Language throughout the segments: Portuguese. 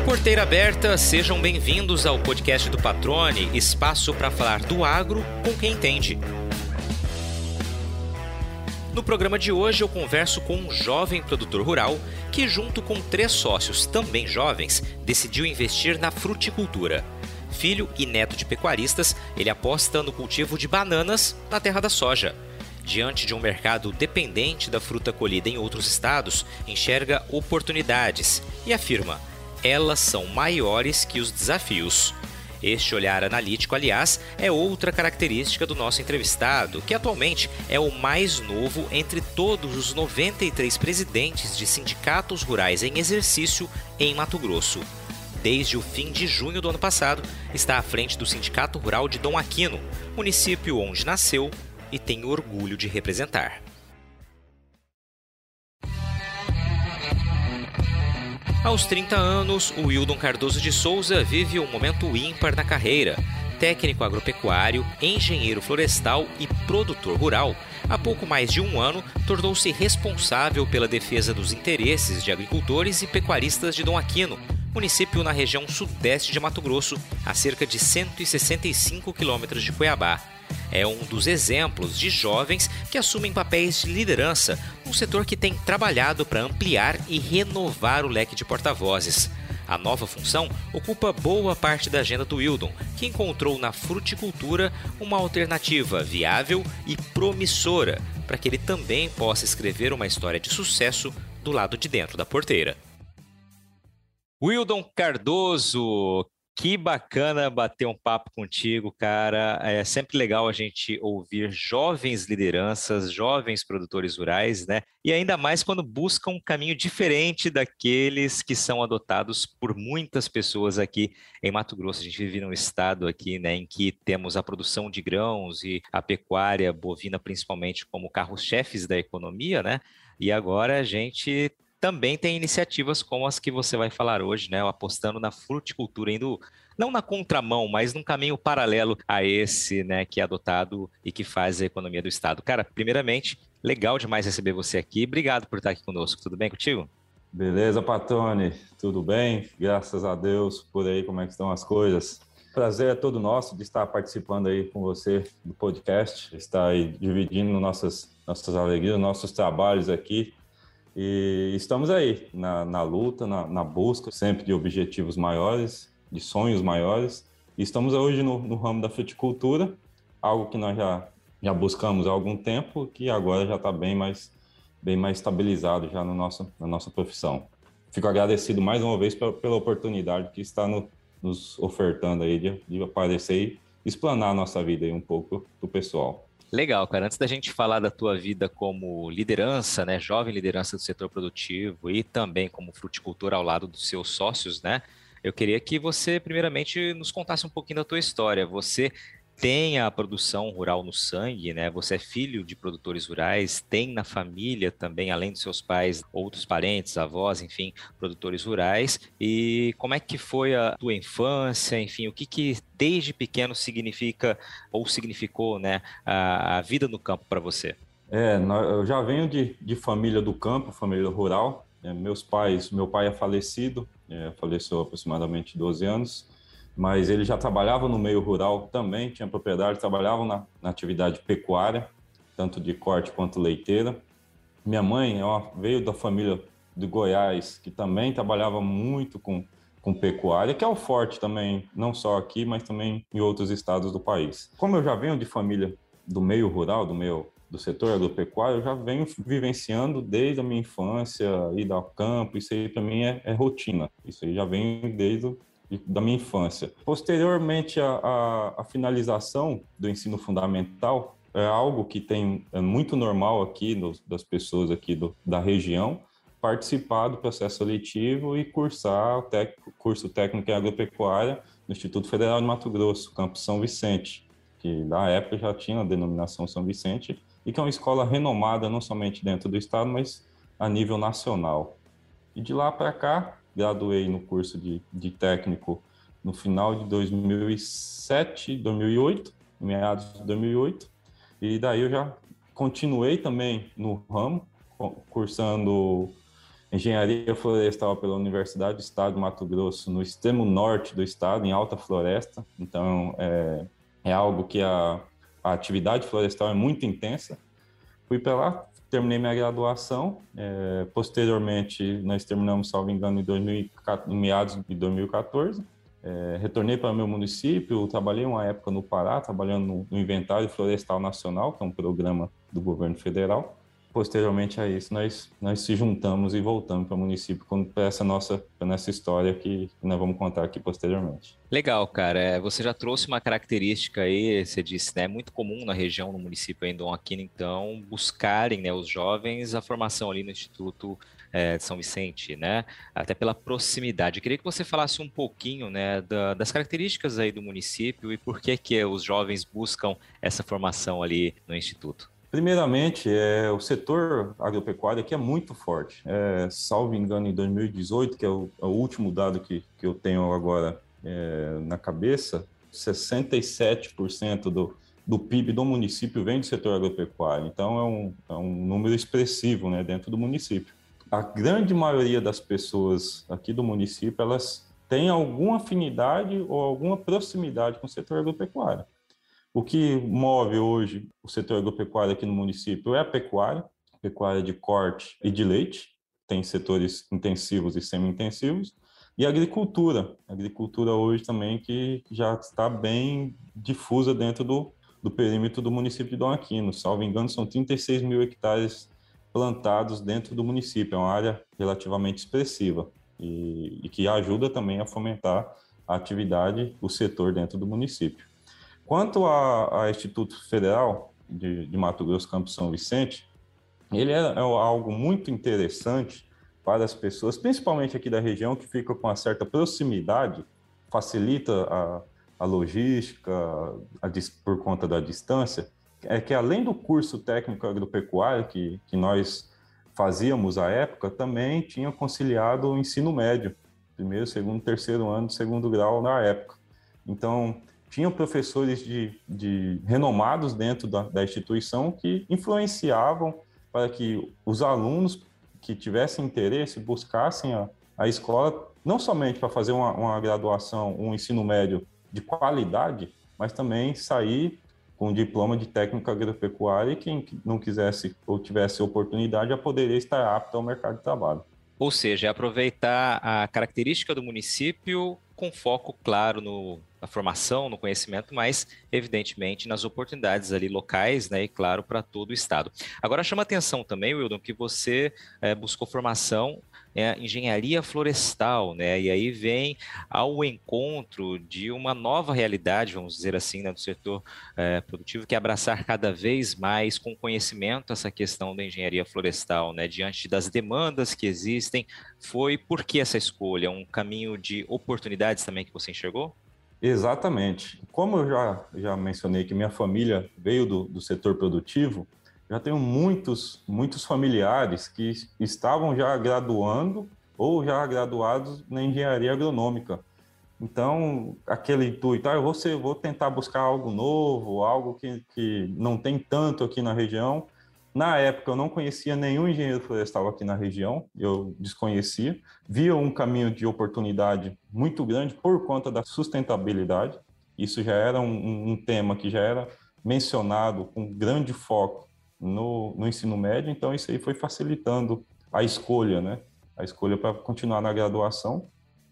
Porteira aberta, sejam bem-vindos ao podcast do Patrone, espaço para falar do agro com quem entende. No programa de hoje eu converso com um jovem produtor rural que, junto com 3 sócios também jovens, decidiu investir na fruticultura. Filho e neto de pecuaristas, ele aposta no cultivo de bananas na terra da soja. Diante de um mercado dependente da fruta colhida em outros estados, enxerga oportunidades e afirma: elas são maiores que os desafios. Este olhar analítico, aliás, é outra característica do nosso entrevistado, que atualmente é o mais novo entre todos os 93 presidentes de sindicatos rurais em exercício em Mato Grosso. Desde o fim de junho do ano passado, está à frente do Sindicato Rural de Dom Aquino, município onde nasceu e tem orgulho de representar. Aos 30 anos, o Wildon Cardoso de Souza vive um momento ímpar na carreira. Técnico agropecuário, engenheiro florestal e produtor rural, há pouco mais de um ano tornou-se responsável pela defesa dos interesses de agricultores e pecuaristas de Dom Aquino, município na região sudeste de Mato Grosso, a cerca de 165 quilômetros de Cuiabá. É um dos exemplos de jovens que assumem papéis de liderança num setor que tem trabalhado para ampliar e renovar o leque de porta-vozes. A nova função ocupa boa parte da agenda do Wildon, que encontrou na fruticultura uma alternativa viável e promissora para que ele também possa escrever uma história de sucesso do lado de dentro da porteira. Wildon Cardoso, que bacana bater um papo contigo, cara. É sempre legal a gente ouvir jovens lideranças, jovens produtores rurais, né? E ainda mais quando buscam um caminho diferente daqueles que são adotados por muitas pessoas aqui em Mato Grosso. A gente vive num estado aqui, né, em que temos a produção de grãos e a pecuária bovina, principalmente, como carros-chefes da economia, né? E agora a gente também tem iniciativas como as que você vai falar hoje, né? Apostando na fruticultura, indo não na contramão, mas num caminho paralelo a esse, né, que é adotado e que faz a economia do estado. Cara, primeiramente, legal demais receber você aqui. Obrigado por estar aqui conosco. Tudo bem contigo? Beleza, Patrone. Tudo bem? Graças a Deus. Por aí, como é que estão as coisas? Prazer é todo nosso de estar participando aí com você do podcast, estar aí dividindo nossas alegrias, nossos trabalhos aqui. E estamos aí na luta, na busca sempre de objetivos maiores, de sonhos maiores. E estamos hoje no ramo da fruticultura, algo que nós já buscamos há algum tempo, que agora já está bem mais estabilizado já na nossa profissão. Fico agradecido mais uma vez pela oportunidade que está nos ofertando aí de aparecer e explanar a nossa vida aí um pouco para o pessoal. Legal, cara. Antes da gente falar da tua vida como liderança, né, jovem liderança do setor produtivo e também como fruticultor ao lado dos seus sócios, né, eu queria que você primeiramente nos contasse um pouquinho da tua história. Você tem a produção rural no sangue, né? Você é filho de produtores rurais, tem na família também, além dos seus pais, outros parentes, avós, enfim, produtores rurais. E como é que foi a tua infância? Enfim, o que desde pequeno significa ou significou, né, a vida no campo para você? Eu já venho de família do campo, família rural. Meu pai é falecido, faleceu há aproximadamente 12 anos. Mas ele já trabalhava no meio rural também, tinha propriedade, trabalhava na atividade pecuária, tanto de corte quanto leiteira. Minha mãe veio da família de Goiás, que também trabalhava muito com pecuária, que é o forte também, não só aqui, mas também em outros estados do país. Como eu já venho de família do meio rural, do setor agropecuário, eu já venho vivenciando desde a minha infância, ir ao campo, isso aí para mim é rotina, isso aí já vem desde da minha infância. Posteriormente à finalização do ensino fundamental, é algo que é muito normal aqui das pessoas aqui da região, participar do processo seletivo e cursar o curso técnico em agropecuária no Instituto Federal de Mato Grosso, campus São Vicente, que na época já tinha a denominação São Vicente, e que é uma escola renomada não somente dentro do estado, mas a nível nacional. E de lá para cá, graduei no curso de técnico no final de 2007, 2008, meados de 2008, e daí eu já continuei também no ramo, cursando engenharia florestal pela Universidade do Estado do Mato Grosso, no extremo norte do estado, em alta floresta. Então, é algo que a atividade florestal é muito intensa. Fui para lá, terminei minha graduação. Posteriormente, nós terminamos, salvo engano, em meados de 2014. Retornei para o meu município, trabalhei uma época no Pará, trabalhando no Inventário Florestal Nacional, que é um programa do governo federal. Posteriormente a isso, nós se juntamos e voltamos para o município para essa história que nós vamos contar aqui posteriormente. Legal, cara. Você já trouxe uma característica aí, você disse, né? É muito comum na região, no município aí em Dom Aquino, então, buscarem, né, os jovens a formação ali no Instituto de São Vicente, né? Até pela proximidade. Eu queria que você falasse um pouquinho, né, das características aí do município e por que os jovens buscam essa formação ali no Instituto. Primeiramente, o setor agropecuário aqui é muito forte. Salvo engano, em 2018, que é o último dado que eu tenho agora na cabeça, 67% do PIB do município vem do setor agropecuário. Então, é um número expressivo, né, dentro do município. A grande maioria das pessoas aqui do município, elas têm alguma afinidade ou alguma proximidade com o setor agropecuário. O que move hoje o setor agropecuário aqui no município é a pecuária de corte e de leite, tem setores intensivos e semi-intensivos, e a agricultura. A agricultura hoje também que já está bem difusa dentro do perímetro do município de Dom Aquino. Salvo engano, são 36 mil hectares plantados dentro do município. É uma área relativamente expressiva e que ajuda também a fomentar a atividade, o setor dentro do município. Quanto ao Instituto Federal de Mato Grosso, Campo São Vicente, ele é algo muito interessante para as pessoas, principalmente aqui da região, que fica com uma certa proximidade, facilita a logística por conta da distância, que além do curso técnico agropecuário que nós fazíamos à época, também tinha conciliado o ensino médio, primeiro, segundo, terceiro ano de segundo grau na época. Então, tinham professores renomados dentro da instituição que influenciavam para que os alunos que tivessem interesse buscassem a escola, não somente para fazer uma graduação, um ensino médio de qualidade, mas também sair com diploma de técnico agropecuário e quem não quisesse ou tivesse oportunidade já poderia estar apto ao mercado de trabalho. Ou seja, é aproveitar a característica do município com foco, claro, na formação, no conhecimento, mas, evidentemente, nas oportunidades ali locais, né, e, claro, para todo o estado. Agora, chama atenção também, Wildon, que você buscou formação em engenharia florestal, né, e aí vem ao encontro de uma nova realidade, vamos dizer assim, né, do setor produtivo, que é abraçar cada vez mais com conhecimento essa questão da engenharia florestal, né, diante das demandas que existem. Por que essa escolha? Um caminho de oportunidades também que você enxergou? Exatamente. Como eu já mencionei que minha família veio do setor produtivo, já tenho muitos familiares que estavam já graduando ou já graduados na engenharia agronômica. Então, aquele intuito, eu vou tentar buscar algo novo, algo que não tem tanto aqui na região. Na época, eu não conhecia nenhum engenheiro florestal aqui na região, eu desconhecia. Via um caminho de oportunidade muito grande por conta da sustentabilidade. Isso já era um tema que já era mencionado com grande foco no ensino médio, então isso aí foi facilitando a escolha, né? A escolha para continuar na graduação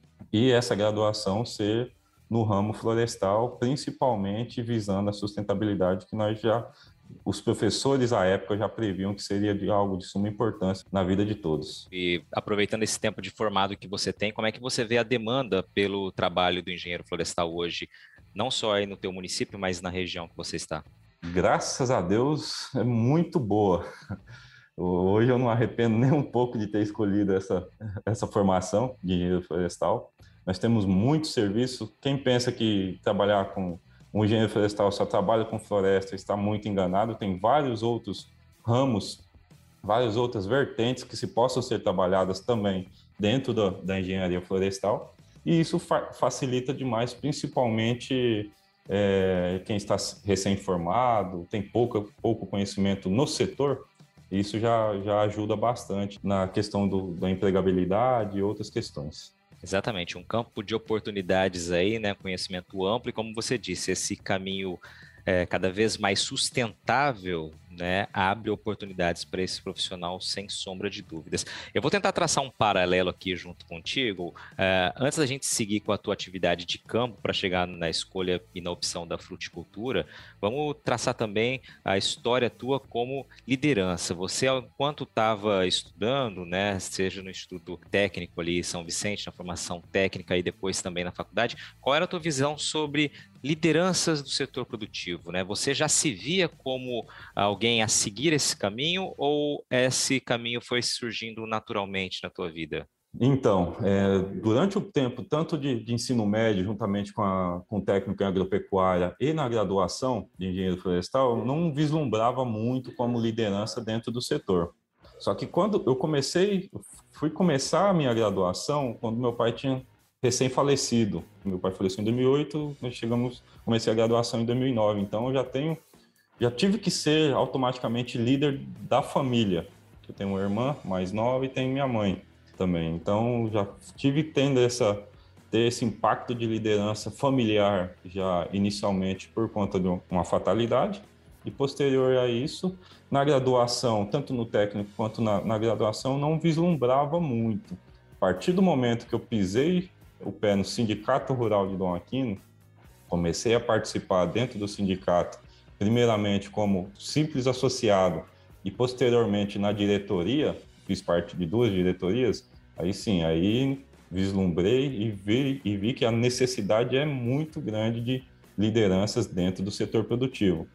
e essa graduação ser no ramo florestal, principalmente visando a sustentabilidade que os professores à época já previam que seria algo de suma importância na vida de todos. E aproveitando esse tempo de formado que você tem, como é que você vê a demanda pelo trabalho do engenheiro florestal hoje, não só aí no teu município, mas na região que você está? Graças a Deus, é muito boa. Hoje eu não arrependo nem um pouco de ter escolhido essa formação de engenheiro florestal. Nós temos muito serviço. Quem pensa que trabalhar com um engenheiro florestal só trabalha com floresta está muito enganado. Tem vários outros ramos, várias outras vertentes que se possam ser trabalhadas também dentro da engenharia florestal. E isso facilita demais, principalmente quem está recém-formado, tem pouco conhecimento no setor. Isso já ajuda bastante na questão da empregabilidade e outras questões. Exatamente, um campo de oportunidades aí, né? Conhecimento amplo e, como você disse, esse caminho cada vez mais sustentável, né, abre oportunidades para esse profissional sem sombra de dúvidas. Eu vou tentar traçar um paralelo aqui junto contigo. Antes da gente seguir com a tua atividade de campo para chegar na escolha e na opção da fruticultura, vamos traçar também a história tua como liderança. Você, enquanto estava estudando, né, seja no Instituto Técnico ali em São Vicente, na formação técnica e depois também na faculdade, qual era a tua visão sobre lideranças do setor produtivo, né? Você já se via como alguém a seguir esse caminho ou esse caminho foi surgindo naturalmente na tua vida? Então, durante o tempo, tanto de ensino médio, juntamente com o técnico em agropecuária e na graduação de engenheiro florestal, eu não vislumbrava muito como liderança dentro do setor. Só que quando eu fui começar a minha graduação, quando meu pai tinha recém-falecido. Meu pai faleceu em 2008, comecei a graduação em 2009. Então, eu já tive que ser automaticamente líder da família. Eu tenho uma irmã mais nova e tenho minha mãe também. Então, já tive ter esse impacto de liderança familiar já inicialmente por conta de uma fatalidade. E posterior a isso, na graduação, tanto no técnico quanto na graduação, não vislumbrava muito. A partir do momento que eu pisei o pé no Sindicato Rural de Dom Aquino, comecei a participar dentro do sindicato, primeiramente como simples associado e posteriormente na diretoria, fiz parte de 2 diretorias, aí sim, aí vislumbrei e vi que a necessidade é muito grande de lideranças dentro do setor produtivo.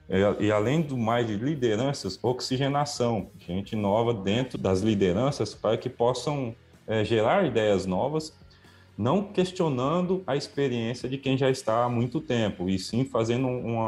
E além do mais de lideranças, oxigenação, gente nova dentro das lideranças para que possam gerar ideias novas, não questionando a experiência de quem já está há muito tempo, e sim fazendo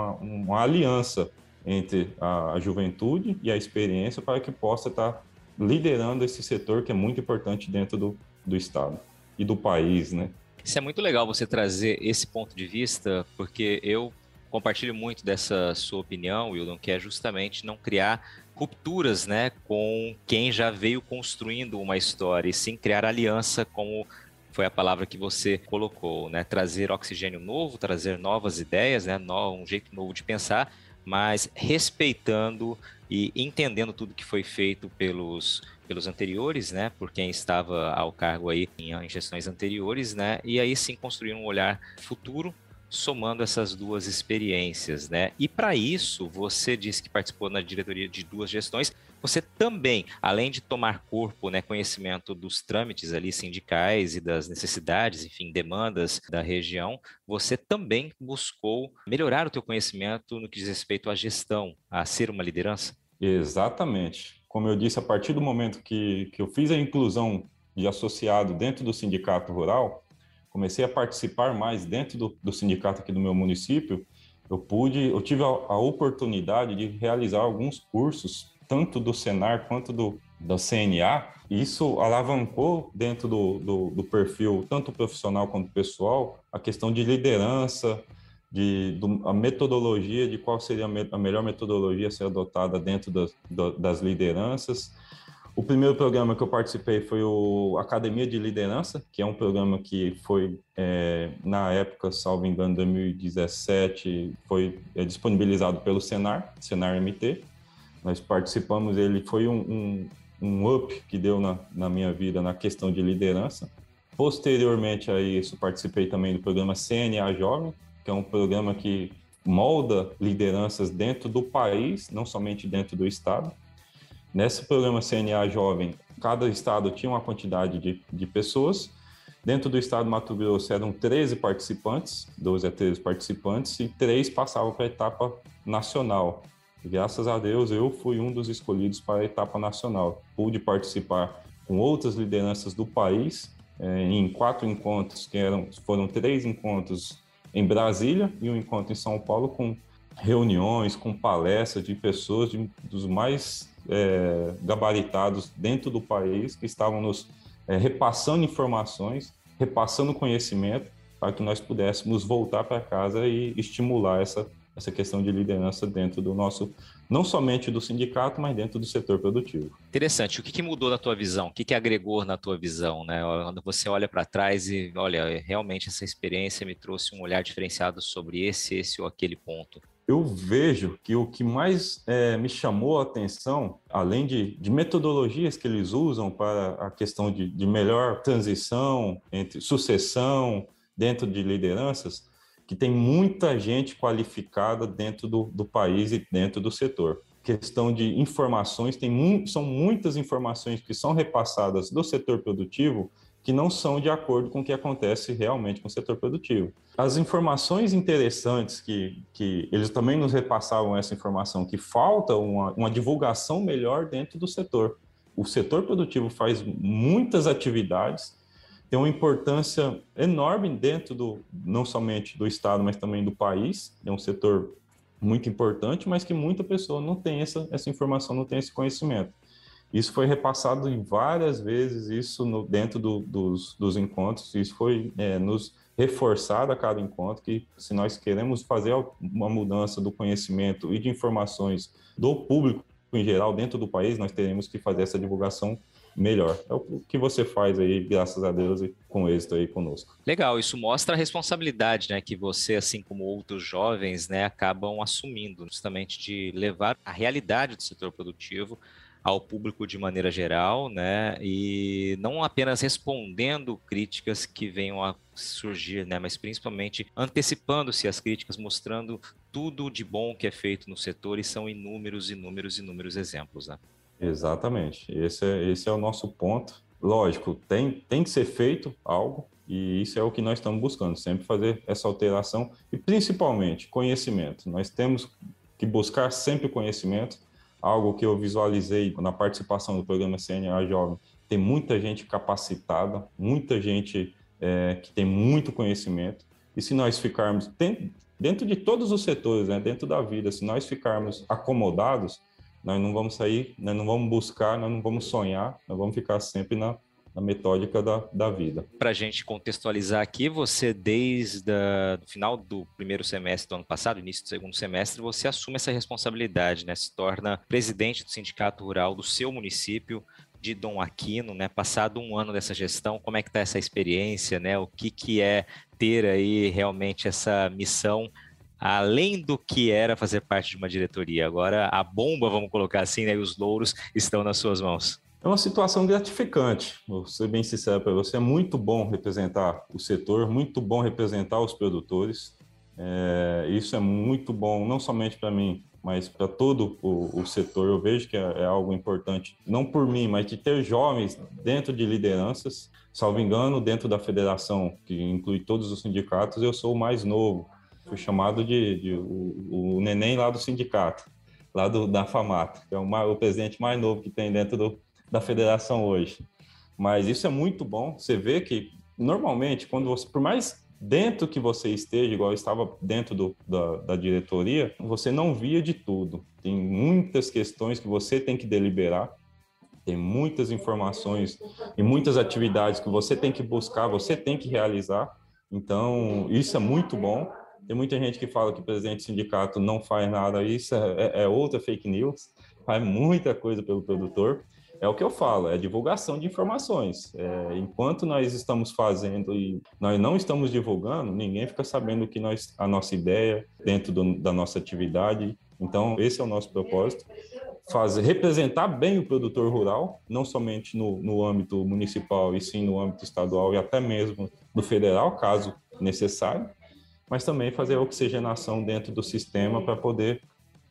uma aliança entre a juventude e a experiência para que possa estar liderando esse setor que é muito importante dentro do Estado e do país, né? Isso é muito legal você trazer esse ponto de vista, porque eu compartilho muito dessa sua opinião, Wildon, que é justamente não criar rupturas, né, com quem já veio construindo uma história, e sim criar aliança, como foi a palavra que você colocou, né? Trazer oxigênio novo, trazer novas ideias, né? Um jeito novo de pensar, mas respeitando e entendendo tudo que foi feito pelos anteriores, né? Por quem estava ao cargo aí em gestões anteriores, né? E aí sim construir um olhar futuro, somando essas duas experiências, né? E para isso, você disse que participou na diretoria de 2 gestões. Você também, além de tomar corpo, né, conhecimento dos trâmites ali sindicais e das necessidades, enfim, demandas da região, você também buscou melhorar o teu conhecimento no que diz respeito à gestão, a ser uma liderança? Exatamente. Como eu disse, a partir do momento que eu fiz a inclusão de associado dentro do sindicato rural, comecei a participar mais dentro do sindicato aqui do meu município, eu tive a oportunidade de realizar alguns cursos, tanto do Senar quanto da CNA, e isso alavancou dentro do perfil, tanto profissional quanto pessoal, a questão de liderança, a metodologia, de qual seria a melhor metodologia a ser adotada dentro das lideranças. O primeiro programa que eu participei foi o Academia de Liderança, que é um programa que foi, na época, salvo engano, 2017, foi disponibilizado pelo Senar MT. Nós participamos, ele foi um up que deu na minha vida na questão de liderança. Posteriormente a isso, participei também do programa CNA Jovem, que é um programa que molda lideranças dentro do país, não somente dentro do estado. Nesse programa CNA Jovem, cada estado tinha uma quantidade de pessoas. Dentro do estado do Mato Grosso eram 13 participantes, 12 a 13 participantes, e 3 passavam para a etapa nacional. E, graças a Deus, eu fui um dos escolhidos para a etapa nacional. Pude participar com outras lideranças do país, em 4 encontros, foram 3 encontros em Brasília e um encontro em São Paulo, com reuniões, com palestras de pessoas dos mais gabaritados dentro do país, que estavam nos repassando informações, repassando conhecimento, para que nós pudéssemos voltar para casa e estimular essa questão de liderança dentro do nosso, não somente do sindicato, mas dentro do setor produtivo. Interessante. O que mudou na tua visão? O que agregou na tua visão, né? Quando você olha para trás e, olha, realmente essa experiência me trouxe um olhar diferenciado sobre esse ou aquele ponto. Eu vejo que o que mais me chamou a atenção, além de metodologias que eles usam para a questão de melhor transição, entre sucessão, dentro de lideranças, que tem muita gente qualificada dentro do país e dentro do setor. Questão de informações, são muitas informações que são repassadas do setor produtivo que não são de acordo com o que acontece realmente com o setor produtivo. As informações interessantes que eles também nos repassavam essa informação, que falta uma divulgação melhor dentro do setor. O setor produtivo faz muitas atividades, tem uma importância enorme dentro não somente do Estado, mas também do país. É um setor muito importante, mas que muita pessoa não tem essa informação, não tem esse conhecimento. Isso foi repassado em várias vezes, dentro dos encontros, isso foi nos reforçado a cada encontro, que se nós queremos fazer uma mudança do conhecimento e de informações do público em geral dentro do país, nós teremos que fazer essa divulgação melhor. É o que você faz aí, graças a Deus, e com êxito aí conosco. Legal, isso mostra a responsabilidade, né, que você, assim como outros jovens, né, acabam assumindo, justamente de levar a realidade do setor produtivo ao público de maneira geral, né, e não apenas respondendo críticas que venham a surgir, né, mas principalmente antecipando-se às críticas, mostrando tudo de bom que é feito no setor, e são inúmeros exemplos, né? Exatamente, esse é o nosso ponto. Lógico, tem que ser feito algo, e isso é o que nós estamos buscando, sempre fazer essa alteração, e principalmente conhecimento. Nós temos que buscar sempre conhecimento, algo que eu visualizei na participação do programa CNA Jovem. Tem muita gente capacitada, muita gente que tem muito conhecimento, e se nós ficarmos dentro de todos os setores, né, dentro da vida, se nós ficarmos acomodados, nós não vamos sair, nós não vamos buscar, nós não vamos sonhar, nós vamos ficar sempre na metódica da vida. Para a gente contextualizar aqui, você desde o final do primeiro semestre do ano passado, início do segundo semestre, você assume essa responsabilidade, né? Se torna presidente do Sindicato Rural do seu município, de Dom Aquino, né? Passado um ano dessa gestão, como é que está essa experiência, né? O que é ter aí realmente essa missão, além do que era fazer parte de uma diretoria? Agora a bomba, vamos colocar assim, né? E os louros estão nas suas mãos. É uma situação gratificante, vou ser bem sincero para você. É muito bom representar o setor, muito bom representar os produtores. Isso é muito bom, não somente para mim, mas para todo o setor. Eu vejo que é algo importante, não por mim, mas de ter jovens dentro de lideranças. Salvo engano, dentro da federação, que inclui todos os sindicatos, eu sou o mais novo. Fui chamado o neném lá do sindicato, lá da FAMAT, que é o presidente mais novo que tem dentro da federação hoje. Mas isso é muito bom. Você vê que, normalmente, quando você, por mais dentro que você esteja, igual eu estava dentro da diretoria, você não via de tudo. Tem muitas questões que você tem que deliberar, tem muitas informações e muitas atividades que você tem que buscar, você tem que realizar. Então, isso é muito bom. Tem muita gente que fala que o presidente do sindicato não faz nada, isso é outra fake news, faz muita coisa pelo produtor. É o que eu falo, é divulgação de informações. Enquanto nós estamos fazendo e nós não estamos divulgando, ninguém fica sabendo a nossa ideia dentro da nossa atividade. Então, esse é o nosso propósito. Representar bem o produtor rural, não somente no âmbito municipal, e sim no âmbito estadual e até mesmo no federal, caso necessário, mas também fazer a oxigenação dentro do sistema para poder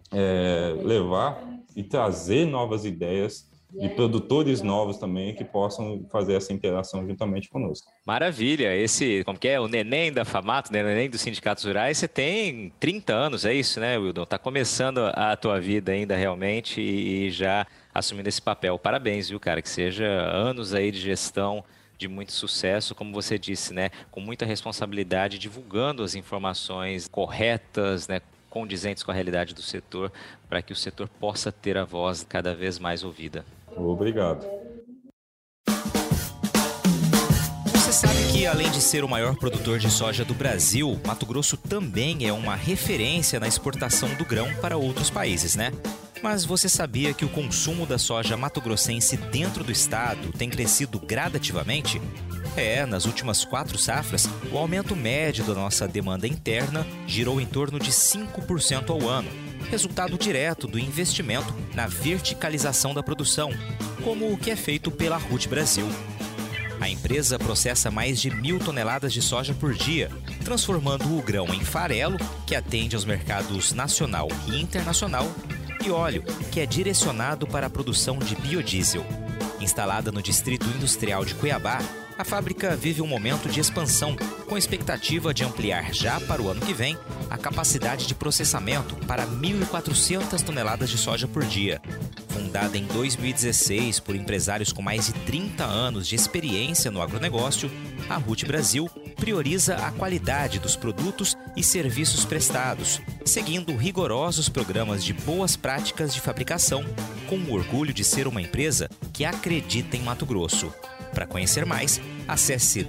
levar e trazer novas ideias de produtores novos também que possam fazer essa interação juntamente conosco. Maravilha, como que é? O neném da FAMAT, né? O neném dos sindicatos rurais, você tem 30 anos, é isso, né, Wildon? Está começando a tua vida ainda realmente e já assumindo esse papel. Parabéns, viu, cara? Que seja anos aí de gestão, de muito sucesso, como você disse, né? Com muita responsabilidade, divulgando as informações corretas, né? Condizentes com a realidade do setor, para que o setor possa ter a voz cada vez mais ouvida. Obrigado. Você sabe que que, além de ser o maior produtor de soja do Brasil, Mato Grosso também é uma referência na exportação do grão para outros países, né? Mas você sabia que o consumo da soja mato-grossense dentro do estado tem crescido gradativamente? Nas últimas 4 safras, o aumento médio da nossa demanda interna girou em torno de 5% ao ano, resultado direto do investimento na verticalização da produção, como o que é feito pela Ruth Brasil. A empresa processa mais de 1.000 toneladas de soja por dia, transformando o grão em farelo, que atende aos mercados nacional e internacional, e óleo, que é direcionado para a produção de biodiesel. Instalada no Distrito Industrial de Cuiabá, a fábrica vive um momento de expansão, com expectativa de ampliar já para o ano que vem a capacidade de processamento para 1.400 toneladas de soja por dia. Fundada em 2016 por empresários com mais de 30 anos de experiência no agronegócio, a Ruth Brasil prioriza a qualidade dos produtos e serviços prestados, seguindo rigorosos programas de boas práticas de fabricação, com o orgulho de ser uma empresa que acredita em Mato Grosso. Para conhecer mais, acesse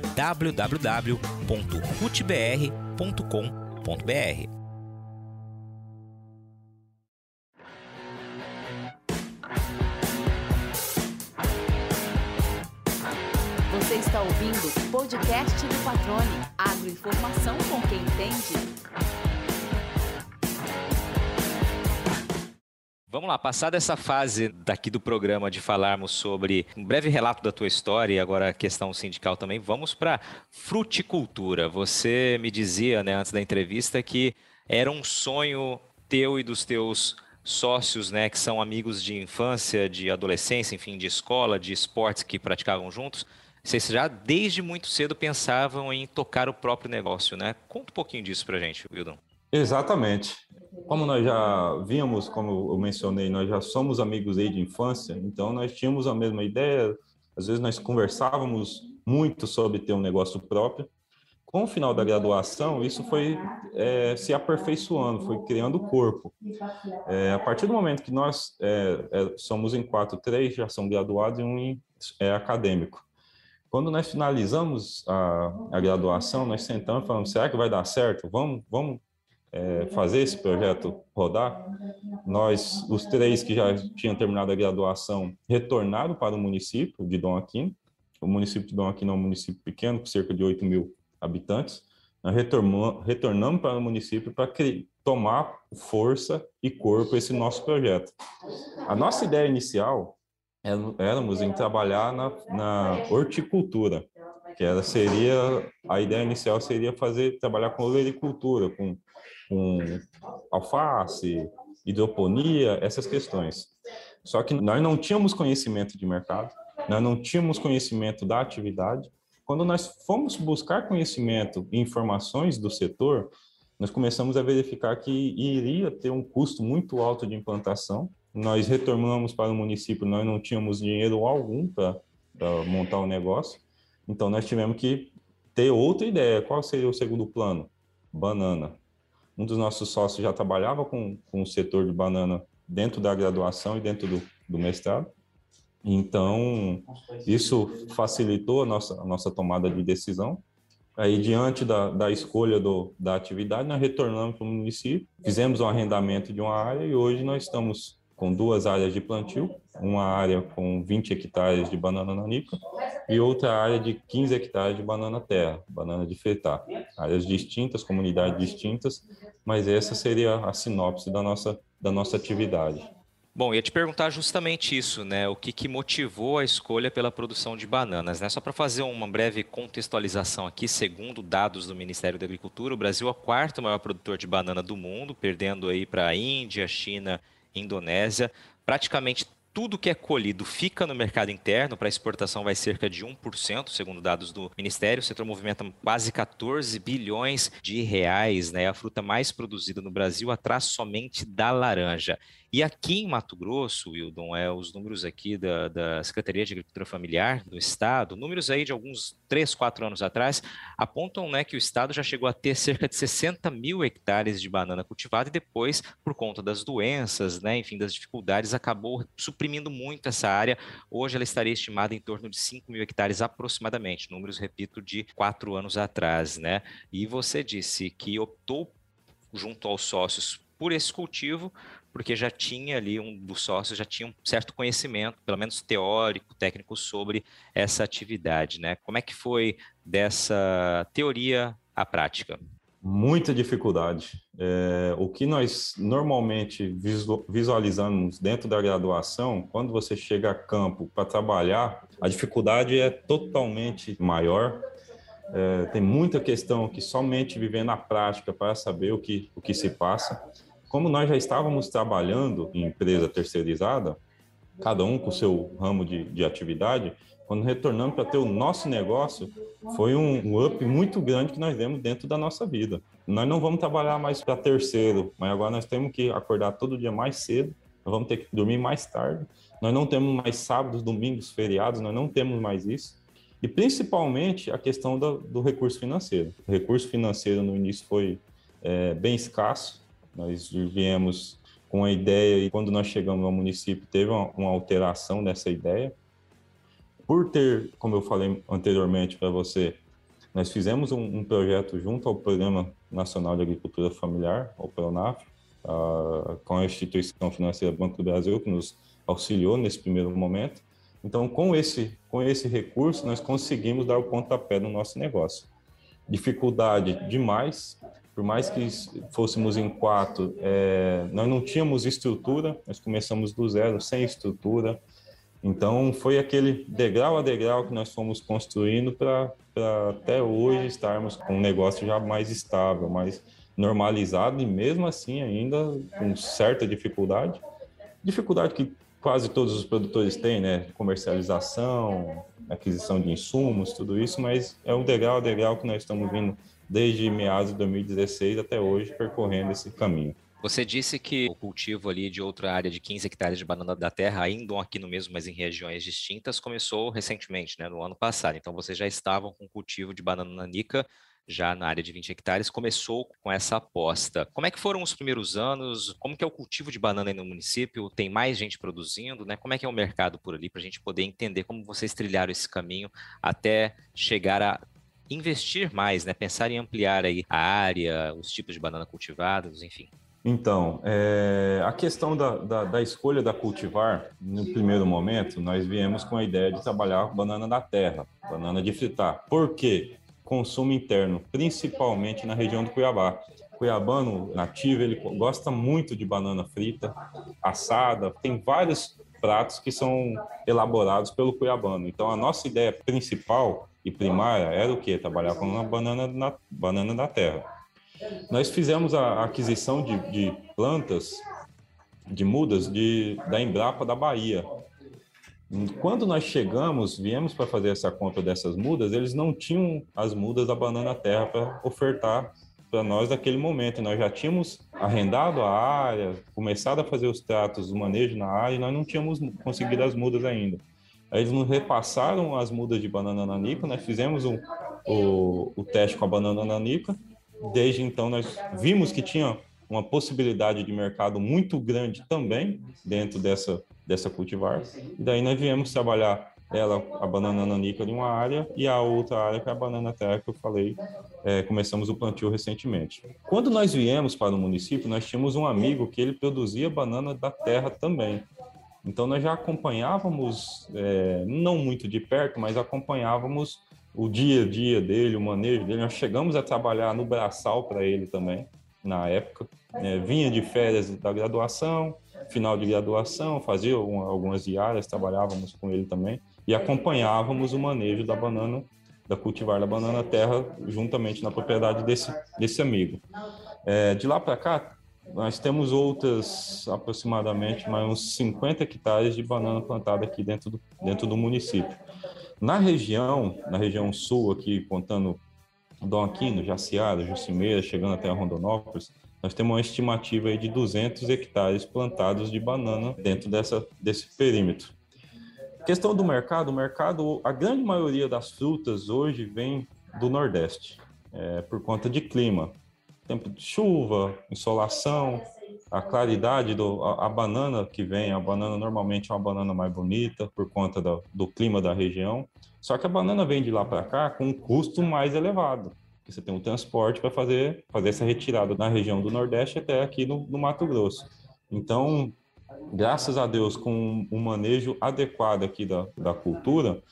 www.rutbr.com.br. Você está ouvindo o podcast do Patrone. Agroinformação com quem entende. Vamos lá, passada essa fase daqui do programa de falarmos sobre um breve relato da tua história e agora a questão sindical também, vamos para fruticultura. Você me dizia, né, antes da entrevista, que era um sonho teu e dos teus sócios, né, que são amigos de infância, de adolescência, enfim, de escola, de esportes que praticavam juntos. Vocês já desde muito cedo pensavam em tocar o próprio negócio, né? Conta um pouquinho disso pra gente, Wildon. Exatamente. Como nós já vínhamos, como eu mencionei, nós já somos amigos aí de infância, então nós tínhamos a mesma ideia, às vezes nós conversávamos muito sobre ter um negócio próprio. Com o final da graduação, isso foi se aperfeiçoando, foi criando o corpo. A partir do momento que nós somos em 4, 3 já são graduados e um é acadêmico. Quando nós finalizamos a graduação, nós sentamos e falamos, será que vai dar certo? Vamos fazer esse projeto rodar? Nós, os 3 que já tinham terminado a graduação, retornaram para o município de Dom Aquino. O município de Dom Aquino é um município pequeno, com cerca de 8.000 habitantes. Nós retornamos para o município para tomar força e corpo esse nosso projeto. A nossa ideia inicial éramos em trabalhar na horticultura, que a ideia inicial seria trabalhar com olericultura, com alface, hidroponia, essas questões. Só que nós não tínhamos conhecimento de mercado, nós não tínhamos conhecimento da atividade. Quando nós fomos buscar conhecimento e informações do setor, nós começamos a verificar que iria ter um custo muito alto de implantação. Nós retornamos para o município, nós não tínhamos dinheiro algum para montar o negócio, então nós tivemos que ter outra ideia. Qual seria o segundo plano? Banana. Um dos nossos sócios já trabalhava com o setor de banana dentro da graduação e dentro do mestrado, então isso facilitou a nossa tomada de decisão. Aí, diante da escolha da atividade, nós retornamos para o município, fizemos um arrendamento de uma área e hoje nós estamos com 2 áreas de plantio, uma área com 20 hectares de banana nanica e outra área de 15 hectares de banana terra, banana de fritar. Áreas distintas, comunidades distintas, mas essa seria a sinopse da nossa atividade. Bom, ia te perguntar justamente isso, né? O que motivou a escolha pela produção de bananas, né? Só para fazer uma breve contextualização aqui, segundo dados do Ministério da Agricultura, o Brasil é o 4º maior produtor de banana do mundo, perdendo aí para a Índia, China, Indonésia. Praticamente tudo que é colhido fica no mercado interno, para exportação vai cerca de 1%, segundo dados do Ministério. O setor movimenta quase 14 bilhões de reais, né? A fruta mais produzida no Brasil, atrás somente da laranja. E aqui em Mato Grosso, Wildon, os números aqui da Secretaria de Agricultura Familiar do Estado, números aí de alguns 3, 4 anos atrás, apontam, né, que o Estado já chegou a ter cerca de 60 mil hectares de banana cultivada e depois, por conta das doenças, né, enfim, das dificuldades, acabou suprimindo muito essa área. Hoje ela estaria estimada em torno de 5 mil hectares aproximadamente, números, repito, de 4 anos atrás, né? E você disse que optou junto aos sócios por esse cultivo, porque já tinha ali, um dos sócios já tinha um certo conhecimento, pelo menos teórico, técnico, sobre essa atividade, né? Como é que foi dessa teoria à prática? Muita dificuldade. O que nós normalmente visualizamos dentro da graduação, quando você chega a campo para trabalhar, a dificuldade é totalmente maior. Tem muita questão que somente viver na prática para saber o que se passa. Como nós já estávamos trabalhando em empresa terceirizada, cada um com o seu ramo de atividade, quando retornamos para ter o nosso negócio, foi um up muito grande que nós demos dentro da nossa vida. Nós não vamos trabalhar mais para terceiro, mas agora nós temos que acordar todo dia mais cedo, nós vamos ter que dormir mais tarde, nós não temos mais sábados, domingos, feriados, nós não temos mais isso. E principalmente a questão do recurso financeiro. O recurso financeiro no início foi bem escasso, nós viemos com a ideia e quando nós chegamos ao município teve uma alteração dessa ideia. Por ter, como eu falei anteriormente para você, nós fizemos um projeto junto ao Programa Nacional de Agricultura Familiar, o PRONAF, com a instituição financeira Banco do Brasil, que nos auxiliou nesse primeiro momento. Então, com esse recurso, nós conseguimos dar o pontapé no nosso negócio. Dificuldade demais, por mais que fôssemos em 4, nós não tínhamos estrutura, nós começamos do zero, sem estrutura. Então, foi aquele degrau a degrau que nós fomos construindo para até hoje estarmos com um negócio já mais estável, mais normalizado e mesmo assim ainda com certa dificuldade. Dificuldade que quase todos os produtores têm, né? Comercialização, aquisição de insumos, tudo isso, mas é um degrau a degrau que nós estamos vindo desde meados de 2016 até hoje, percorrendo esse caminho. Você disse que o cultivo ali de outra área de 15 hectares de banana da terra, ainda aqui no mesmo, mas em regiões distintas, começou recentemente, né, no ano passado. Então, vocês já estavam com cultivo de banana nanica, já na área de 20 hectares, começou com essa aposta. Como é que foram os primeiros anos? Como que é o cultivo de banana aí no município? Tem mais gente produzindo, né? Como é que é o mercado por ali, para a gente poder entender como vocês trilharam esse caminho até chegar a investir mais, né? Pensar em ampliar aí a área, os tipos de banana cultivados, enfim. Então, a questão da escolha da cultivar, no primeiro momento, nós viemos com a ideia de trabalhar banana da terra, banana de fritar. Por quê? Consumo interno, principalmente na região do Cuiabá. O cuiabano nativo, ele gosta muito de banana frita, assada, tem vários pratos que são elaborados pelo cuiabano. Então, a nossa ideia principal e primária era o quê? Trabalhar com uma banana da terra. Nós fizemos a aquisição de plantas, de mudas da Embrapa da Bahia. Quando nós viemos para fazer essa compra dessas mudas, eles não tinham as mudas da banana terra para ofertar para nós naquele momento. Nós já tínhamos arrendado a área, começado a fazer os tratos, o manejo na área, e nós não tínhamos conseguido as mudas ainda. Aí eles nos repassaram as mudas de banana nanica, nós fizemos o teste com a banana nanica. Desde então, nós vimos que tinha uma possibilidade de mercado muito grande também dentro dessa cultivar. E daí nós viemos trabalhar a banana nanica de uma área e a outra área que é a banana terra que eu falei, começamos o plantio recentemente. Quando nós viemos para o município, nós tínhamos um amigo que ele produzia banana da terra também. Então nós já acompanhávamos, não muito de perto, mas acompanhávamos o dia a dia dele, o manejo dele. Nós chegamos a trabalhar no braçal para ele também, na época. Vinha de férias da graduação, final de graduação, fazia algumas diárias, trabalhávamos com ele também e acompanhávamos o manejo da banana, da cultivar da banana terra, juntamente na propriedade desse amigo. De lá para cá, nós temos outras, aproximadamente, mais uns 50 hectares de banana plantada aqui dentro do município. Na região sul, aqui contando Dom Aquino, Jaciara, Jucimeira, chegando até a Rondonópolis, nós temos uma estimativa aí de 200 hectares plantados de banana dentro desse perímetro. Questão do mercado, a grande maioria das frutas hoje vem do Nordeste, por conta de clima. Tempo de chuva, insolação, a claridade a banana que vem, a banana normalmente é uma banana mais bonita por conta do clima da região, só que a banana vem de lá para cá com um custo mais elevado, porque você tem um transporte para fazer essa retirada da região do Nordeste até aqui no Mato Grosso. Então, graças a Deus, com um manejo adequado aqui da cultura,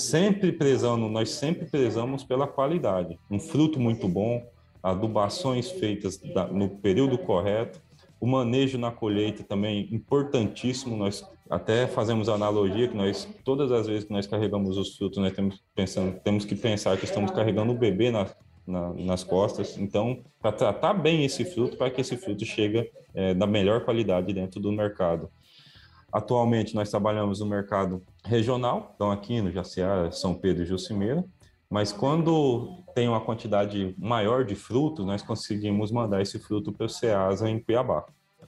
nós sempre prezamos pela qualidade. Um fruto muito bom, adubações feitas no período correto, o manejo na colheita também importantíssimo. Nós até fazemos a analogia que todas as vezes que nós carregamos os frutos, nós temos que pensar que estamos carregando o bebê nas costas. Então, para tratar bem esse fruto, para que esse fruto chegue da melhor qualidade dentro do mercado. Atualmente, nós trabalhamos no mercado regional, então aqui no Jaciara, São Pedro e Jucimeira, mas quando tem uma quantidade maior de frutos, nós conseguimos mandar esse fruto para o Ceasa em Cuiabá.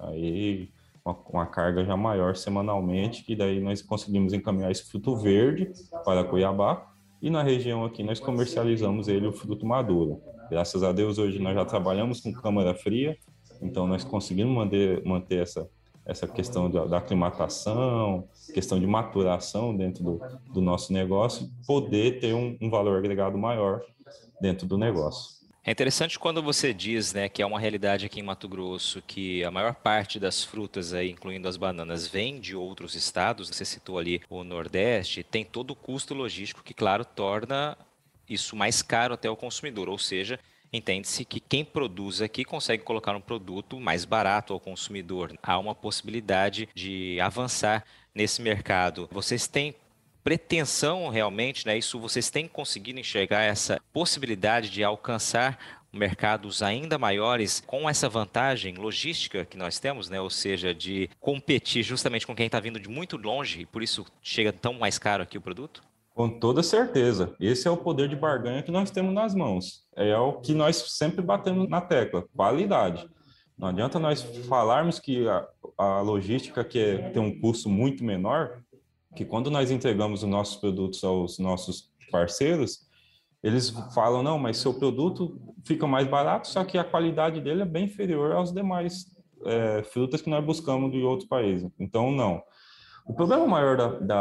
Aí, uma carga já maior semanalmente, que daí nós conseguimos encaminhar esse fruto verde para Cuiabá, e na região aqui nós comercializamos o fruto maduro. Graças a Deus, hoje nós já trabalhamos com câmara fria, então nós conseguimos manter essa questão da aclimatação, questão de maturação dentro do nosso negócio, poder ter um valor agregado maior dentro do negócio. É interessante quando você diz, né, que é uma realidade aqui em Mato Grosso, que a maior parte das frutas, aí, incluindo as bananas, vem de outros estados. Você citou ali o Nordeste, tem todo o custo logístico que, claro, torna isso mais caro até o consumidor, ou seja, entende-se que quem produz aqui consegue colocar um produto mais barato ao consumidor. Há uma possibilidade de avançar nesse mercado. Vocês têm pretensão realmente, né? Isso vocês têm conseguido enxergar essa possibilidade de alcançar mercados ainda maiores com essa vantagem logística que nós temos, né? Ou seja, de competir justamente com quem está vindo de muito longe e por isso chega tão mais caro aqui o produto? Com toda certeza. Esse é o poder de barganha que nós temos nas mãos. É o que nós sempre batemos na tecla, qualidade. Não adianta nós falarmos que a logística tem um custo muito menor, que quando nós entregamos os nossos produtos aos nossos parceiros, eles falam, não, mas seu produto fica mais barato, só que a qualidade dele é bem inferior aos demais frutas que nós buscamos de outros países. Então, não. O problema maior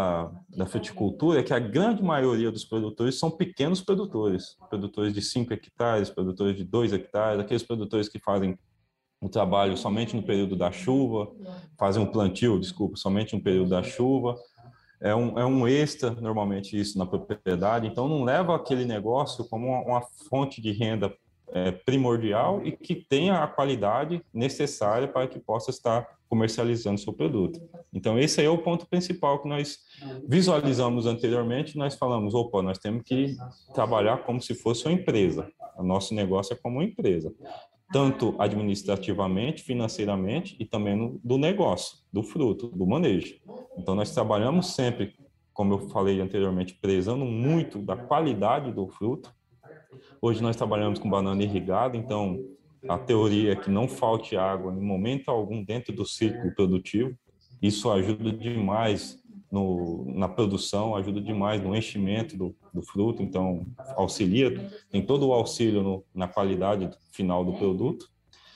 da fruticultura é que a grande maioria dos produtores são pequenos produtores de 5 hectares, produtores de 2 hectares, aqueles produtores que fazem um trabalho somente no período da chuva, fazem um plantio, somente no período da chuva. É um extra, normalmente, isso na propriedade, então não leva aquele negócio como uma fonte de renda primordial e que tenha a qualidade necessária para que possa estar comercializando seu produto. Então, esse aí é o ponto principal que nós visualizamos anteriormente. Nós falamos, nós temos que trabalhar como se fosse uma empresa. O nosso negócio é como uma empresa, tanto administrativamente, financeiramente e também do negócio, do fruto, do manejo. Então, nós trabalhamos sempre, como eu falei anteriormente, prezando muito da qualidade do fruto. Hoje nós trabalhamos com banana irrigada, então a teoria é que não falte água em momento algum dentro do ciclo produtivo. Isso ajuda demais na produção, ajuda demais no enchimento do fruto, então auxilia, tem todo o auxílio na qualidade final do produto.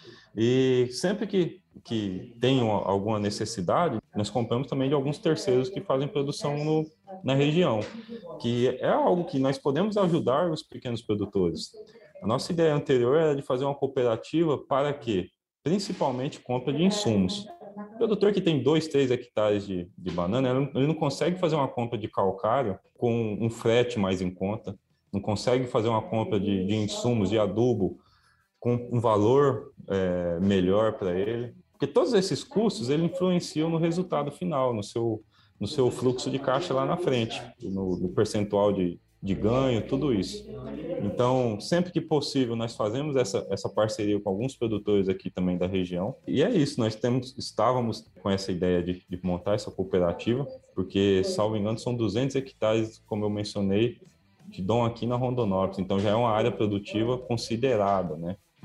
E sempre que tem alguma necessidade, nós compramos também de alguns terceiros que fazem produção na região, que é algo que nós podemos ajudar os pequenos produtores. A nossa ideia anterior era de fazer uma cooperativa para quê? Principalmente compra de insumos. O produtor que tem 2, 3 hectares de banana, ele não consegue fazer uma compra de calcário com um frete mais em conta, não consegue fazer uma compra de insumos, de adubo, com um valor melhor para ele. Porque todos esses custos, ele influenciam no resultado final, no seu fluxo de caixa lá na frente, no percentual de ganho, tudo isso. Então, sempre que possível, nós fazemos essa parceria com alguns produtores aqui também da região. E é isso, nós estávamos com essa ideia de montar essa cooperativa, porque, salvo engano, são 200 hectares, como eu mencionei, de dom aqui na Rondonópolis. Então, já é uma área produtiva considerada, né?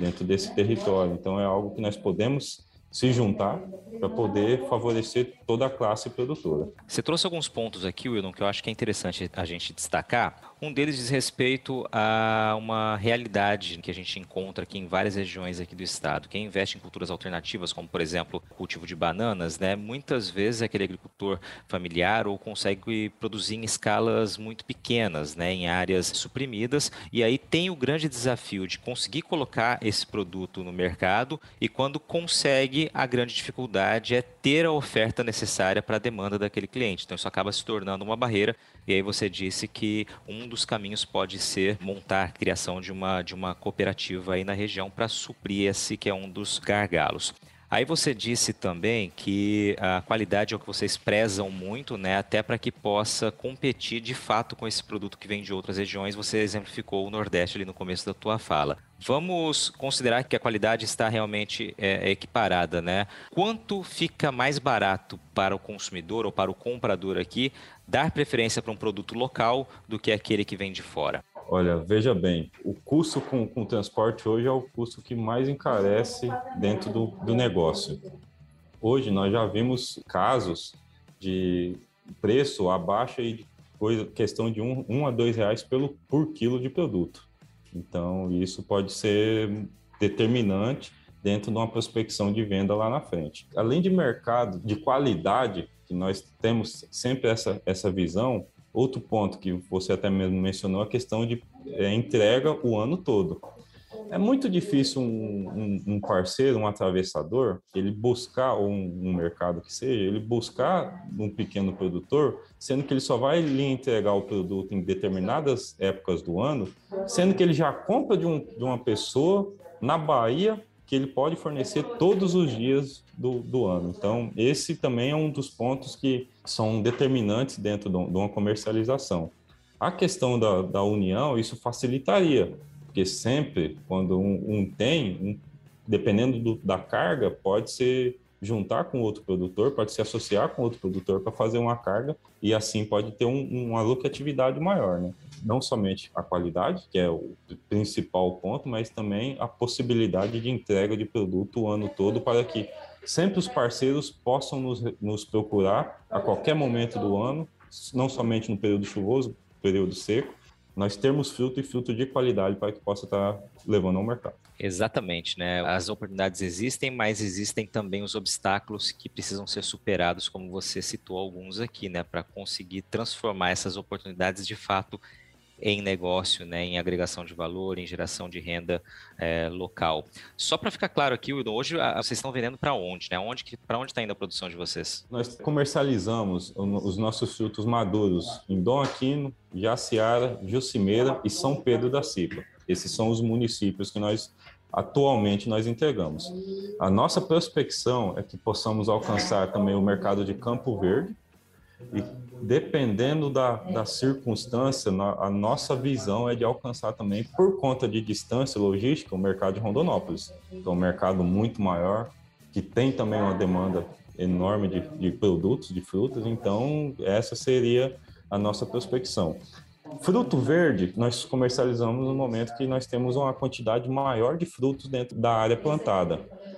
dentro desse território. Então, é algo que nós podemos se juntar para poder favorecer toda a classe produtora. Você trouxe alguns pontos aqui, Wildon, que eu acho que é interessante a gente destacar. Um deles diz respeito a uma realidade que a gente encontra aqui em várias regiões aqui do estado. Quem investe em culturas alternativas, como por exemplo o cultivo de bananas, né, muitas vezes é aquele agricultor familiar ou consegue produzir em escalas muito pequenas, né, em áreas suprimidas, e aí tem o grande desafio de conseguir colocar esse produto no mercado, e quando consegue, a grande dificuldade é ter a oferta necessária para a demanda daquele cliente. Então isso acaba se tornando uma barreira, e aí você disse que um dos caminhos pode ser montar a criação de uma cooperativa aí na região para suprir esse que é um dos gargalos. Aí você disse também que a qualidade é o que vocês prezam muito, né? Até para que possa competir de fato com esse produto que vem de outras regiões. Você exemplificou o Nordeste ali no começo da tua fala. Vamos considerar que a qualidade está realmente equiparada, né? Quanto fica mais barato para o consumidor ou para o comprador aqui dar preferência para um produto local do que aquele que vem de fora? Olha, veja bem, o custo com o transporte hoje é o custo que mais encarece dentro do negócio. Hoje nós já vimos casos de preço abaixo aí de questão de R$ 1 a R$ 2 por quilo de produto. Então, isso pode ser determinante dentro de uma prospecção de venda lá na frente. Além de mercado de qualidade, que nós temos sempre essa visão, outro ponto que você até mesmo mencionou, a questão de entrega o ano todo. É muito difícil um parceiro, um atravessador, ele buscar, ou um mercado que seja, ele buscar um pequeno produtor, sendo que ele só vai lhe entregar o produto em determinadas épocas do ano, sendo que ele já compra de uma pessoa na Bahia, que ele pode fornecer todos os dias do ano. Então, esse também é um dos pontos que são determinantes dentro de uma comercialização. A questão da união, isso facilitaria, porque sempre, quando dependendo da carga, pode se juntar com outro produtor, pode se associar com outro produtor para fazer uma carga, e assim pode ter uma lucratividade maior, né? Não somente a qualidade, que é o principal ponto, mas também a possibilidade de entrega de produto o ano todo, para que sempre os parceiros possam nos procurar a qualquer momento do ano, não somente no período chuvoso, período seco, nós termos fruto e fruto de qualidade para que possa estar levando ao mercado. Exatamente, né? As oportunidades existem, mas existem também os obstáculos que precisam ser superados, como você citou alguns aqui, né? Para conseguir transformar essas oportunidades de fato em negócio, né, em agregação de valor, em geração de renda local. Só para ficar claro aqui, Wildon, hoje vocês estão vendendo para onde? Né? Para onde está indo a produção de vocês? Nós comercializamos os nossos frutos maduros em Dom Aquino, Jaciara, Jucimeira e São Pedro da Cipa. Esses são os municípios que atualmente nós entregamos. A nossa prospecção é que possamos alcançar também o mercado de Campo Verde, e dependendo da circunstância, a nossa visão é de alcançar também, por conta de distância logística, o mercado de Rondonópolis. Então, um mercado muito maior, que tem também uma demanda enorme de produtos, de frutas. Então, essa seria a nossa prospecção. Fruto verde, nós comercializamos no momento que nós temos uma quantidade maior de frutos dentro da área plantada.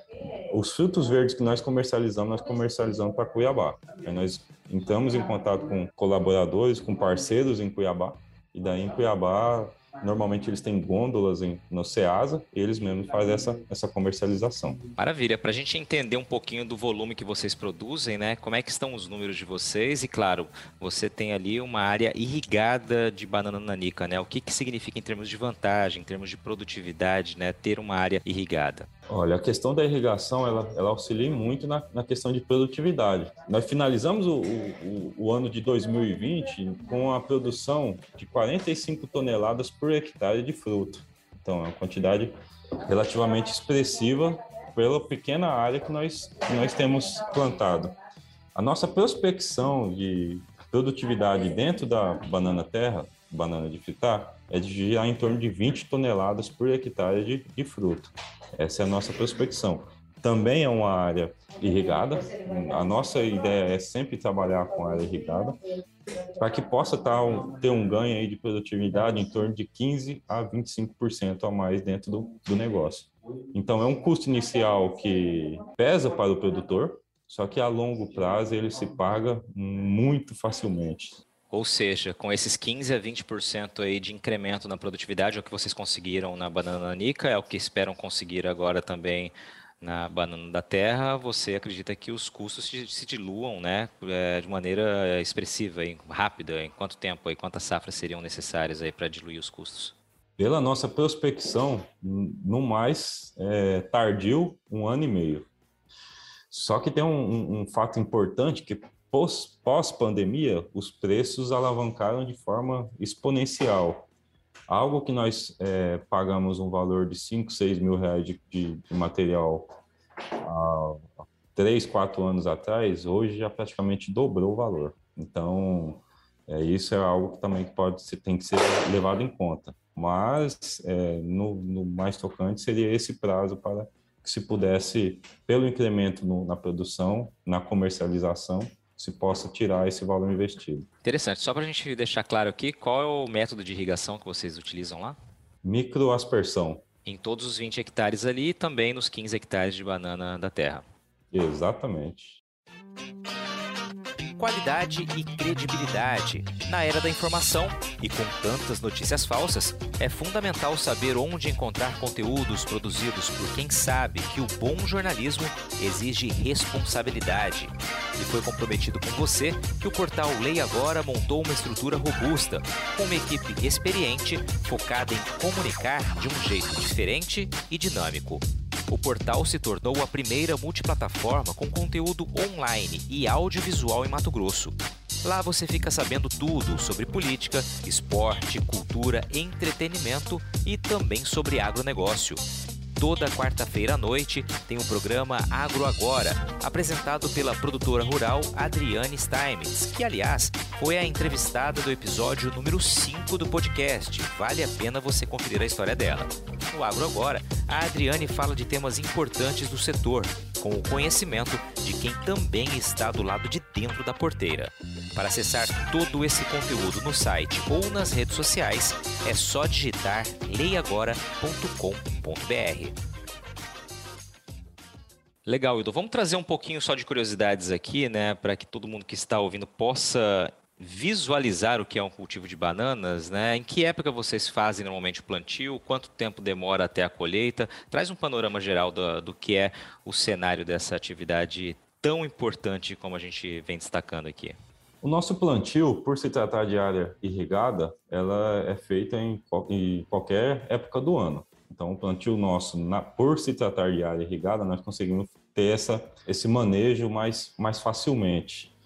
Os frutos verdes que nós comercializamos para Cuiabá. Aí nós entramos em contato com colaboradores, com parceiros em Cuiabá, e daí em Cuiabá, normalmente eles têm gôndolas no Ceasa, e eles mesmos fazem essa comercialização. Maravilha, para a gente entender um pouquinho do volume que vocês produzem, né? Como é que estão os números de vocês? E claro, você tem ali uma área irrigada de banana nanica, né? O que significa em termos de vantagem, em termos de produtividade, né? Ter uma área irrigada? Olha, a questão da irrigação, ela auxilia muito na questão de produtividade. Nós finalizamos o ano de 2020 com a produção de 45 toneladas por hectare de fruta. Então, é uma quantidade relativamente expressiva pela pequena área que nós temos plantado. A nossa prospecção de produtividade dentro da banana terra, banana de fritar, é de girar em torno de 20 toneladas por hectare de fruta. Essa é a nossa prospecção. Também é uma área irrigada. A nossa ideia é sempre trabalhar com área irrigada para que possa ter um ganho aí de produtividade em torno de 15% a 25% a mais dentro do negócio. Então, é um custo inicial que pesa para o produtor, só que a longo prazo ele se paga muito facilmente. Ou seja, com esses 15 a 20% aí de incremento na produtividade, é o que vocês conseguiram na banana nanica, é o que esperam conseguir agora também na banana da terra, você acredita que os custos se diluam, né, de maneira expressiva, rápida? Em quanto tempo e quantas safras seriam necessárias aí para diluir os custos? Pela nossa prospecção, no mais tardio, 1 ano e meio. Só que tem um fato importante que pós-pandemia, os preços alavancaram de forma exponencial. Algo que nós pagamos um valor de 5, 6 mil reais de material há 3, 4 anos atrás, hoje já praticamente dobrou o valor. Então, isso é algo que também tem que ser levado em conta. Mas, no mais tocante, seria esse prazo para que se pudesse, pelo incremento na produção, na comercialização, se possa tirar esse valor investido. Interessante. Só para a gente deixar claro aqui, qual é o método de irrigação que vocês utilizam lá? Microaspersão. Em todos os 20 hectares ali e também nos 15 hectares de banana da terra. Exatamente. Qualidade e credibilidade. Na era da informação e com tantas notícias falsas, é fundamental saber onde encontrar conteúdos produzidos por quem sabe que o bom jornalismo exige responsabilidade. E foi comprometido com você que o portal Leia Agora montou uma estrutura robusta, com uma equipe experiente focada em comunicar de um jeito diferente e dinâmico. O portal se tornou a primeira multiplataforma com conteúdo online e audiovisual em Mato Grosso. Lá você fica sabendo tudo sobre política, esporte, cultura, entretenimento e também sobre agronegócio. Toda quarta-feira à noite tem o programa Agro Agora, apresentado pela produtora rural Adriane Steinmetz, que, aliás, foi a entrevistada do episódio número 5 do podcast. Vale a pena você conferir a história dela. No Agro Agora, a Adriane fala de temas importantes do setor, com o conhecimento de quem também está do lado de dentro da porteira. Para acessar todo esse conteúdo no site ou nas redes sociais, é só digitar leiagora.com.br. Legal, Hildo. Vamos trazer um pouquinho só de curiosidades aqui, né, para que todo mundo que está ouvindo possa visualizar o que é um cultivo de bananas, né? Em que época vocês fazem normalmente o plantio? Quanto tempo demora até a colheita? Traz um panorama geral do que é o cenário dessa atividade tão importante como a gente vem destacando aqui. O nosso plantio, por se tratar de área irrigada, ela é feita em qualquer época do ano. Então, o plantio nosso, por se tratar de área irrigada, nós conseguimos ter esse manejo mais facilmente.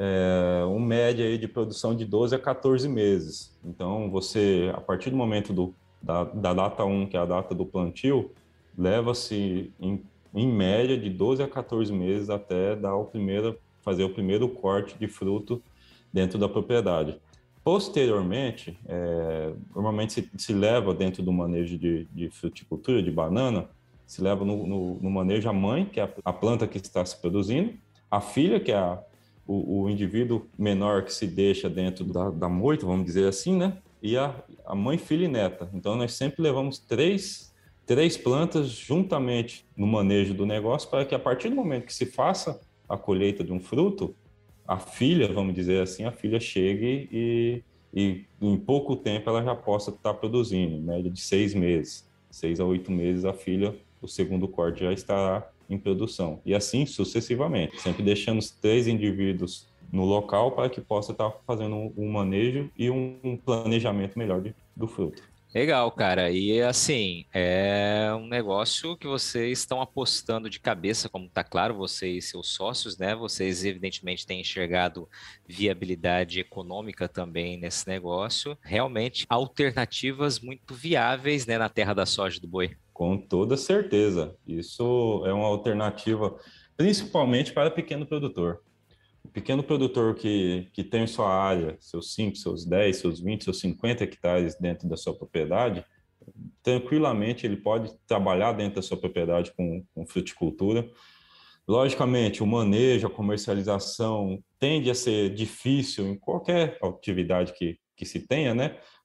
Uma média aí de produção de 12 a 14 meses. Então, você, a partir do momento da data 1, que é a data do plantio, leva-se em média de 12 a 14 meses até fazer o primeiro corte de fruto dentro da propriedade. Posteriormente, normalmente se leva dentro do manejo de fruticultura, de banana, se leva no manejo a mãe, que é a planta que está se produzindo, a filha, que é o indivíduo menor que se deixa dentro da moita, vamos dizer assim, né? E a mãe, filha e neta. Então, nós sempre levamos três plantas juntamente no manejo do negócio, para que a partir do momento que se faça a colheita de um fruto, a filha, vamos dizer assim, a filha chegue e em pouco tempo ela já possa estar produzindo, em média de 6 meses. 6 a 8 meses a filha, o segundo corte já estará em produção. E assim sucessivamente, sempre deixando os 3 indivíduos no local para que possa estar fazendo um manejo e um planejamento melhor do fruto. Legal, cara. E assim, é um negócio que vocês estão apostando de cabeça, como está claro, vocês e seus sócios, né? Vocês evidentemente têm enxergado viabilidade econômica também nesse negócio. Realmente, alternativas muito viáveis, né, na terra da soja e do boi. Com toda certeza. Isso é uma alternativa, principalmente para pequeno produtor. O pequeno produtor que tem sua área, seus 5, seus 10, seus 20, seus 50 hectares dentro da sua propriedade, tranquilamente ele pode trabalhar dentro da sua propriedade com fruticultura. Logicamente, o manejo, a comercialização tende a ser difícil em qualquer atividade que se tenha, né?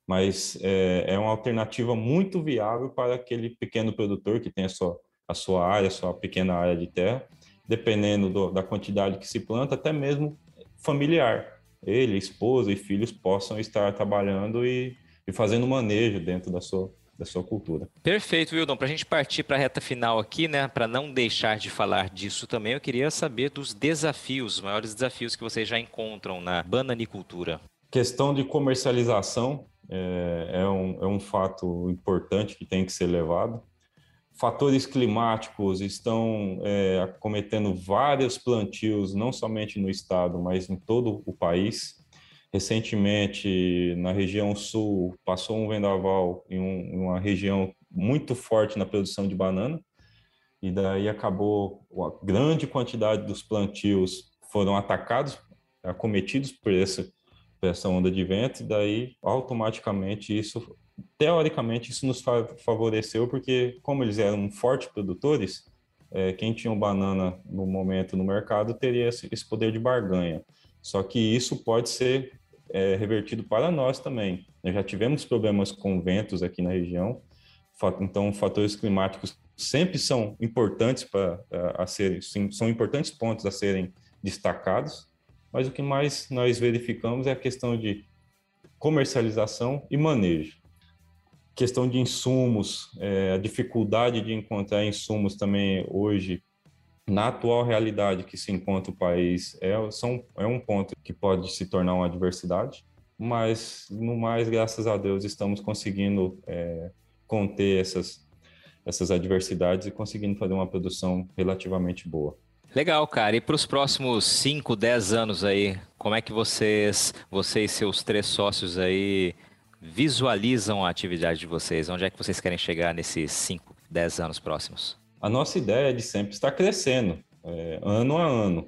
mas é uma alternativa muito viável para aquele pequeno produtor que tem a sua área, a sua pequena área de terra, dependendo da quantidade que se planta, até mesmo familiar. Ele, esposa e filhos possam estar trabalhando e fazendo manejo dentro da sua cultura. Perfeito, Wildon. Para a gente partir para a reta final aqui, né? Para não deixar de falar disso também, eu queria saber dos desafios, os maiores desafios que vocês já encontram na bananicultura. Questão de comercialização é um fato importante que tem que ser levado. Fatores climáticos estão acometendo vários plantios, não somente no estado, mas em todo o país. Recentemente, na região sul, passou um vendaval em uma região muito forte na produção de banana, e daí acabou a grande quantidade dos plantios foram atacados, acometidos por essa onda de vento, e daí automaticamente teoricamente isso nos favoreceu, porque como eles eram fortes produtores, quem tinha banana no momento no mercado teria esse poder de barganha. Só que isso pode ser revertido para nós também. Nós já tivemos problemas com ventos aqui na região, então fatores climáticos sempre são importantes são importantes pontos a serem destacados, mas o que mais nós verificamos é a questão de comercialização e manejo. Questão de insumos, a dificuldade de encontrar insumos também hoje, na atual realidade que se encontra o país, é um ponto que pode se tornar uma adversidade, mas, no mais, graças a Deus, estamos conseguindo conter essas adversidades e conseguindo fazer uma produção relativamente boa. Legal, cara. E para os próximos 5, 10 anos aí, como é que você e seus 3 sócios aí visualizam a atividade de vocês? Onde é que vocês querem chegar nesses 5, 10 anos próximos? A nossa ideia é de sempre estar crescendo, ano a ano.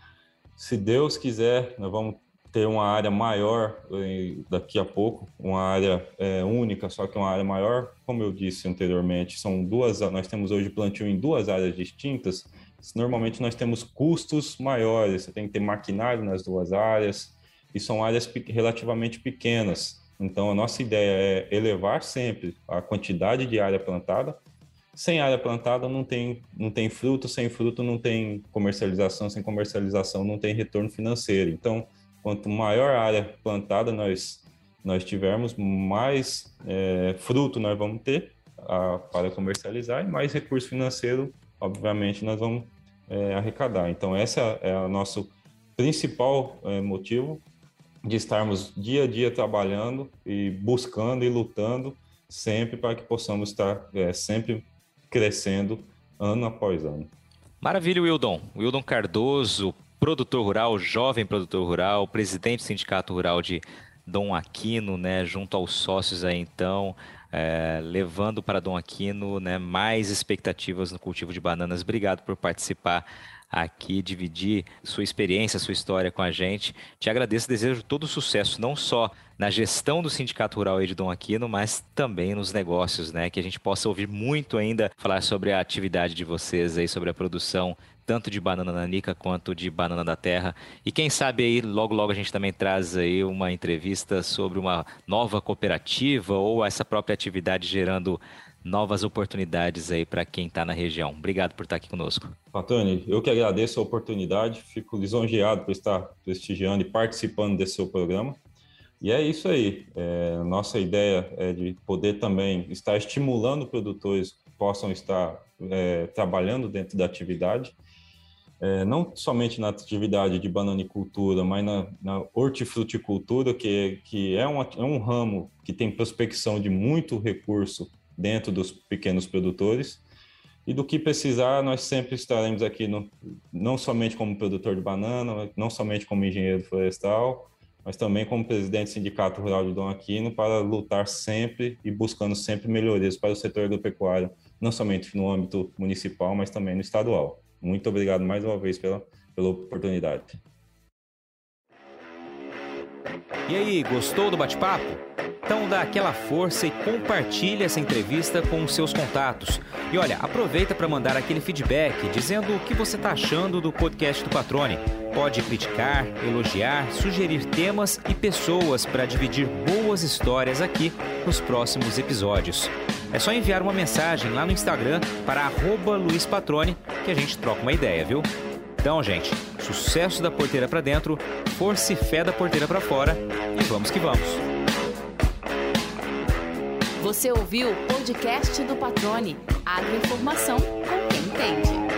Se Deus quiser, nós vamos ter uma área maior daqui a pouco, uma área única, só que uma área maior. Como eu disse anteriormente, nós temos hoje plantio em 2 áreas distintas. Normalmente nós temos custos maiores, você tem que ter maquinário nas 2 áreas, e são áreas relativamente pequenas. Então a nossa ideia é elevar sempre a quantidade de área plantada. Sem área plantada não tem fruto, sem fruto não tem comercialização, sem comercialização não tem retorno financeiro. Então, quanto maior a área plantada nós tivermos, mais fruto nós vamos ter para comercializar, e mais recurso financeiro, obviamente, nós vamos arrecadar. Então, esse é o nosso principal motivo de estarmos dia a dia trabalhando e buscando e lutando sempre para que possamos estar sempre crescendo ano após ano. Maravilha, Wildon. Wildon Cardoso, produtor rural, jovem produtor rural, presidente do Sindicato Rural de Dom Aquino, né, junto aos sócios aí então, levando para Dom Aquino, né, mais expectativas no cultivo de bananas. Obrigado por participar aqui, dividir sua experiência, sua história com a gente. Te agradeço e desejo todo o sucesso, não só na gestão do Sindicato Rural aí de Dom Aquino, mas também nos negócios, né? Que a gente possa ouvir muito ainda falar sobre a atividade de vocês aí, sobre a produção, tanto de banana nanica quanto de banana da terra. E quem sabe aí, logo logo a gente também traz aí uma entrevista sobre uma nova cooperativa ou essa própria atividade gerando novas oportunidades aí para quem está na região. Obrigado por estar aqui conosco. Patrone, eu que agradeço a oportunidade, fico lisonjeado por estar prestigiando e participando desse seu programa. E é isso aí, nossa ideia é de poder também estar estimulando produtores que possam estar trabalhando dentro da atividade, não somente na atividade de bananicultura, mas na hortifruticultura, que é um ramo que tem prospecção de muito recurso dentro dos pequenos produtores, e do que precisar, nós sempre estaremos aqui, não somente como produtor de banana, não somente como engenheiro florestal, mas também como presidente do Sindicato Rural de Dom Aquino, para lutar sempre e buscando sempre melhorias para o setor agropecuário, não somente no âmbito municipal, mas também no estadual. Muito obrigado mais uma vez pela oportunidade. E aí, gostou do bate-papo? Então dá aquela força e compartilha essa entrevista com os seus contatos. E olha, aproveita para mandar aquele feedback dizendo o que você está achando do podcast do Patrone. Pode criticar, elogiar, sugerir temas e pessoas para dividir boas histórias aqui nos próximos episódios. É só enviar uma mensagem lá no Instagram para @LuizPatrone que a gente troca uma ideia, viu? Então, gente, sucesso da porteira para dentro, força e fé da porteira para fora e vamos que vamos. Você ouviu o podcast do Patrone, agroinformação com quem entende.